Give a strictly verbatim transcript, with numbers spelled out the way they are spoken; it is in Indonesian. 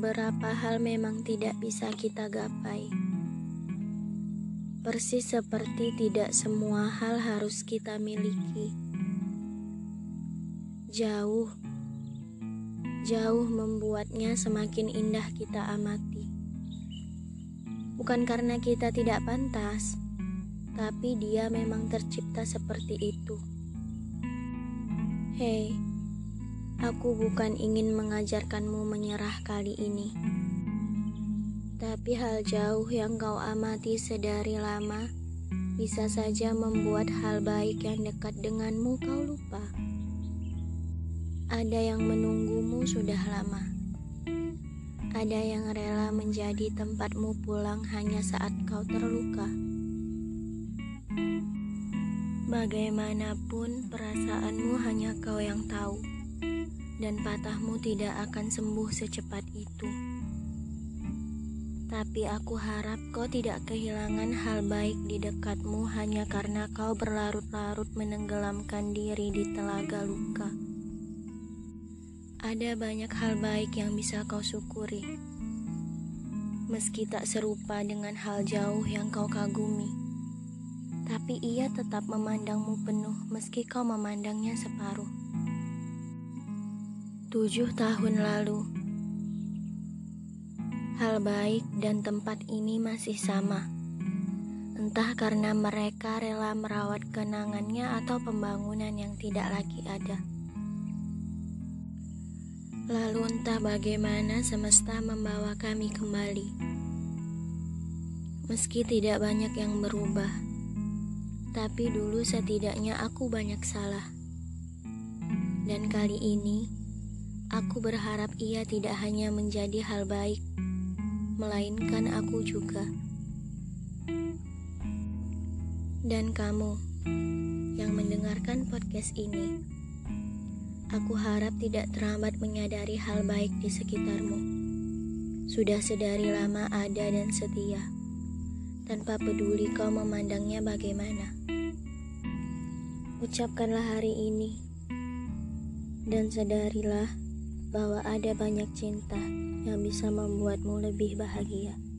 beberapa hal memang tidak bisa kita gapai. Persis seperti tidak semua hal harus kita miliki. Jauh, jauh membuatnya semakin indah kita amati. Bukan karena kita tidak pantas, tapi dia memang tercipta seperti itu. Hei, aku bukan ingin mengajarkanmu menyerah kali ini. Tapi hal jauh yang kau amati sedari lama bisa saja membuat hal baik yang dekat denganmu kau lupa. Ada yang menunggumu sudah lama. Ada yang rela menjadi tempatmu pulang hanya saat kau terluka. Bagaimanapun perasaanmu hanya kau yang tahu, dan patahmu tidak akan sembuh secepat itu. Tapi aku harap kau tidak kehilangan hal baik di dekatmu hanya karena kau berlarut-larut menenggelamkan diri di telaga luka. Ada banyak hal baik yang bisa kau syukuri, meski tak serupa dengan hal jauh yang kau kagumi. Tapi ia tetap memandangmu penuh meski kau memandangnya separuh. Tujuh tahun lalu, hal baik dan tempat ini masih sama. Entah karena mereka rela merawat kenangannya atau pembangunan yang tidak lagi ada. Lalu entah bagaimana semesta membawa kami kembali. Meski tidak banyak yang berubah, tapi dulu setidaknya aku banyak salah. Dan kali ini, aku berharap ia tidak hanya menjadi hal baik, melainkan aku juga. Dan kamu yang mendengarkan podcast ini, aku harap tidak terlambat menyadari hal baik di sekitarmu. Sudah sedari lama ada dan setia, tanpa peduli kau memandangnya bagaimana. Ucapkanlah hari ini, dan sadarilah bahwa ada banyak cinta yang bisa membuatmu lebih bahagia.